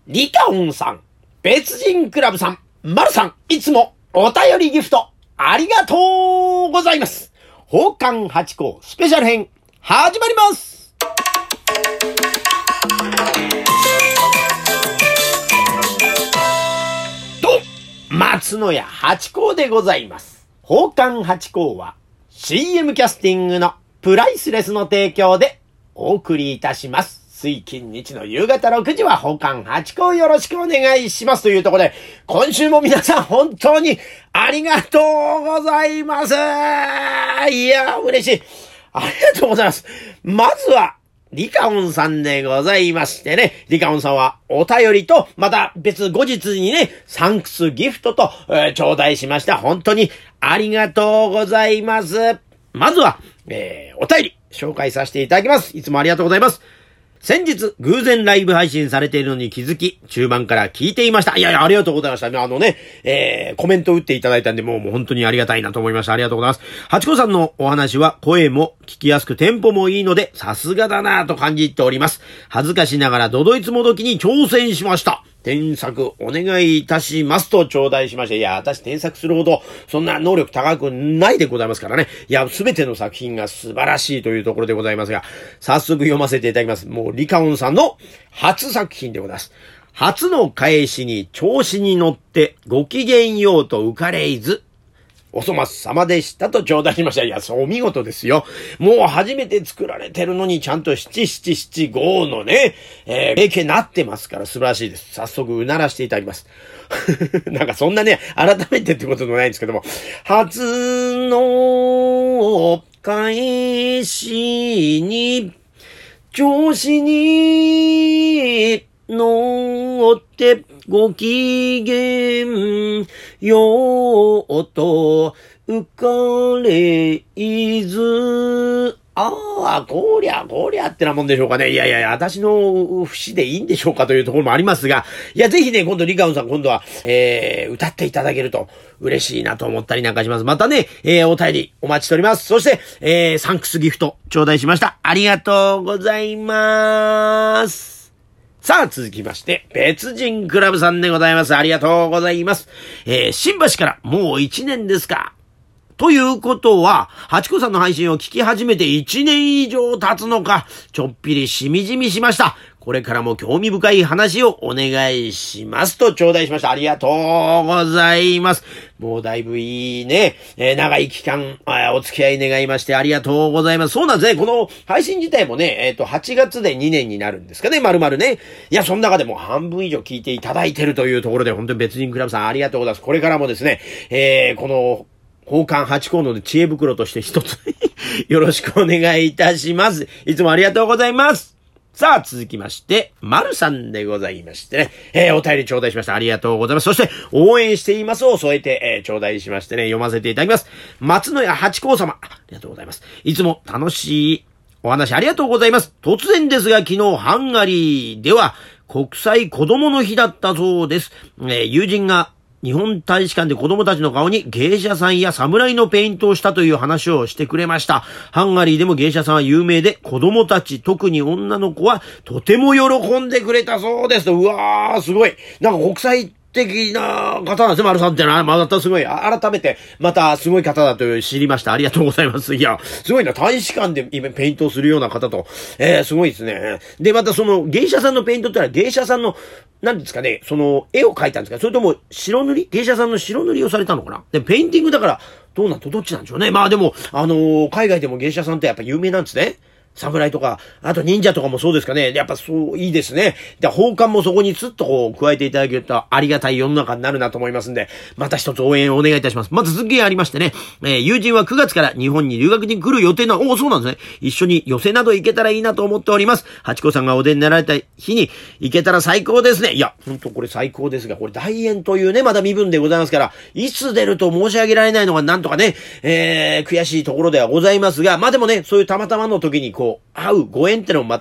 リカオンさん、別人クラブさん、マルさん、いつもお便りギフトありがとうございます。宝冠八甲スペシャル編始まります。松野屋八甲でございます。宝冠八甲は CM キャスティングのプライスレスの提供でお送りいたします。水金日の夕方6時は宝冠八甲よろしくお願いしますというところで、今週も皆さん本当にありがとうございます。いや、嬉しい。ありがとうございます。まずは、リカオンさんでございましてね。リカオンさんはお便りと、また別後日にね、サンクスギフトと、頂戴しました。本当にありがとうございます。まずは、お便り紹介させていただきます。いつもありがとうございます。先日、偶然ライブ配信されているのに気づき、中盤から聞いていました。いや、ありがとうございました。コメント打っていただいたんで、もう本当にありがたいなと思いました。ありがとうございます。八甲さんのお話は、声も聞きやすく、テンポもいいので、さすがだなぁと感じております。恥ずかしながら、ドドイツもどきに挑戦しました。添削お願いいたしますと頂戴しまして、いや、私添削するほど、そんな能力高くないでございますからね。いや、すべての作品が素晴らしいというところでございますが、早速読ませていただきます。もう、リカオンさんの初作品でございます。初の返しに調子に乗って、ごきげんようと浮かれいず、おそます様でしたと頂戴しました。いや、そうお見事ですよ。もう初めて作られてるのにちゃんと7775のね、名形なってますから素晴らしいです。早速うならしていただきます。なんかそんなね、改めてってこともないんですけども、初の返しに調子に乗ってごきげんようと浮かれいず。こりゃってなもんでしょうかね。いや、私の節でいいんでしょうかというところもありますが、いや、ぜひね、今度リカオンさん今度は、歌っていただけると嬉しいなと思ったりなんかします。またね、お便りお待ちしております。そして、サンクスギフト頂戴しました。ありがとうございます。さあ、続きまして、別人クラブさんでございます。ありがとうございます。新橋からもう1年ですか。ということは、八甲さんの配信を聞き始めて1年以上経つのか、ちょっぴりしみじみしました。これからも興味深い話をお願いしますと頂戴しました。ありがとうございます。もうだいぶいいね、長い期間、お付き合い願いましてありがとうございます。そうなんですね。この配信自体もね、8月で2年になるんですかね、丸々ね。いや、その中でも半分以上聞いていただいてるというところで、本当に別人クラブさんありがとうございます。これからもですね、この、宝冠八甲の知恵袋として一つよろしくお願いいたします。いつもありがとうございます。さあ、続きまして、丸さんでございましてね、お便り頂戴しました。ありがとうございます。そして、応援していますを添えて、頂戴しましてね、読ませていただきます。松野屋八甲様、ありがとうございます。いつも楽しいお話ありがとうございます。突然ですが、昨日ハンガリーでは国際子供の日だったそうです。友人が日本大使館で子供たちの顔に芸者さんや侍のペイントをしたという話をしてくれました。ハンガリーでも芸者さんは有名で、子供たち、特に女の子はとても喜んでくれたそうです。うわー、すごい。なんか国際的な方なんですね、丸さんってのは。またすごい、改めて、またすごい方だと知りました。ありがとうございます。いや、すごいな。大使館で今ペイントをするような方と、すごいですね。で、またその芸者さんのペイントってのは芸者さんの、なんですかね、その絵を描いたんですか、それとも白塗り、芸者さんの白塗りをされたのかな。で、ペインティングだから、どっちなんでしょうね。まあでも、海外でも芸者さんってやっぱ有名なんですね。侍とか、あと忍者とかもそうですかね。やっぱそういいですね。で、宝冠もそこにスッとこう加えていただけるとありがたい世の中になるなと思いますんで、また一つ応援をお願いいたします。まず続きがありましてね、友人は9月から日本に留学に来る予定な、そうなんですね。一緒に寄席など行けたらいいなと思っております。八甲さんがお出になられた日に行けたら最高ですね。いや、ほんとこれ最高ですが、これ大演というね、まだ身分でございますから、いつ出ると申し上げられないのがなんとかね、悔しいところではございますが、まあでもね、そういうたまたまの時にこう、会うご縁ってのもまた、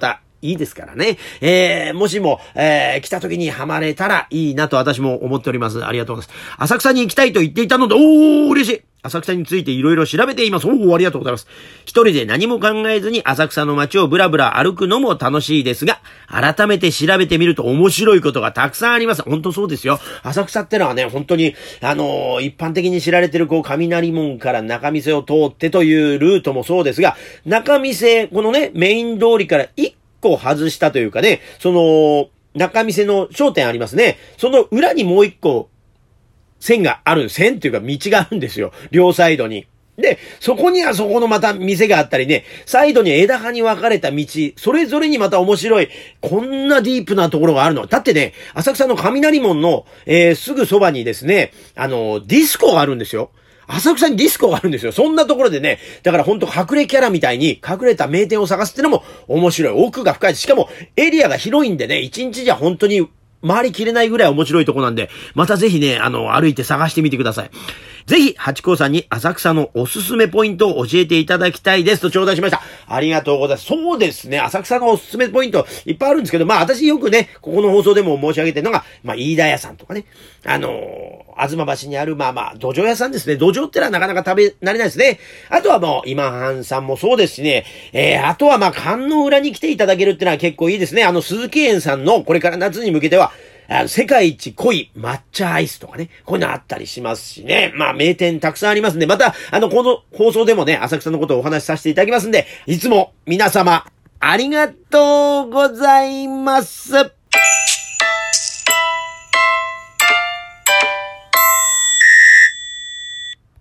いいですからね。もしも、来た時にハマれたらいいなと私も思っております。ありがとうございます。浅草に行きたいと言っていたので、嬉しい。浅草についていろいろ調べています。ありがとうございます。一人で何も考えずに浅草の街をブラブラ歩くのも楽しいですが、改めて調べてみると面白いことがたくさんあります。本当そうですよ。浅草ってのはね、本当に、一般的に知られてる雷門から仲見世を通ってというルートもそうですが、仲見世、このね、メイン通りから一個外したというかね、仲見世の商店ありますね。その裏にもう一個、線っていうか道があるんですよ。両サイドに。で、そこにはそこのまた店があったりね、サイドに枝葉に分かれた道、それぞれにまた面白い、こんなディープなところがあるの。だってね、浅草の雷門の、すぐそばにですね、ディスコがあるんですよ。浅草にディスコがあるんですよ。そんなところでね、だからほんと隠れキャラみたいに隠れた名店を探すってのも面白い。奥が深い。しかもエリアが広いんでね、一日じゃ本当に回りきれないぐらい面白いとこなんで、またぜひね、歩いて探してみてください。ぜひ、ハチ公さんに浅草のおすすめポイントを教えていただきたいですと頂戴しました。ありがとうございます。そうですね、浅草のおすすめポイントいっぱいあるんですけど、私よくね、ここの放送でも申し上げてるのが、飯田屋さんとかね、東橋にある土壌屋さんですね。土壌ってのはなかなか食べ慣れないですね。あとはもう、今半さんもそうですしね、あとは観音裏に来ていただけるってのは結構いいですね。鈴木園さんのこれから夏に向けては、世界一濃い抹茶アイスとかね、こういうのあったりしますしね。名店たくさんありますんで、また、この放送でもね、浅草のことをお話しさせていただきますんで、いつも皆様、ありがとうございます。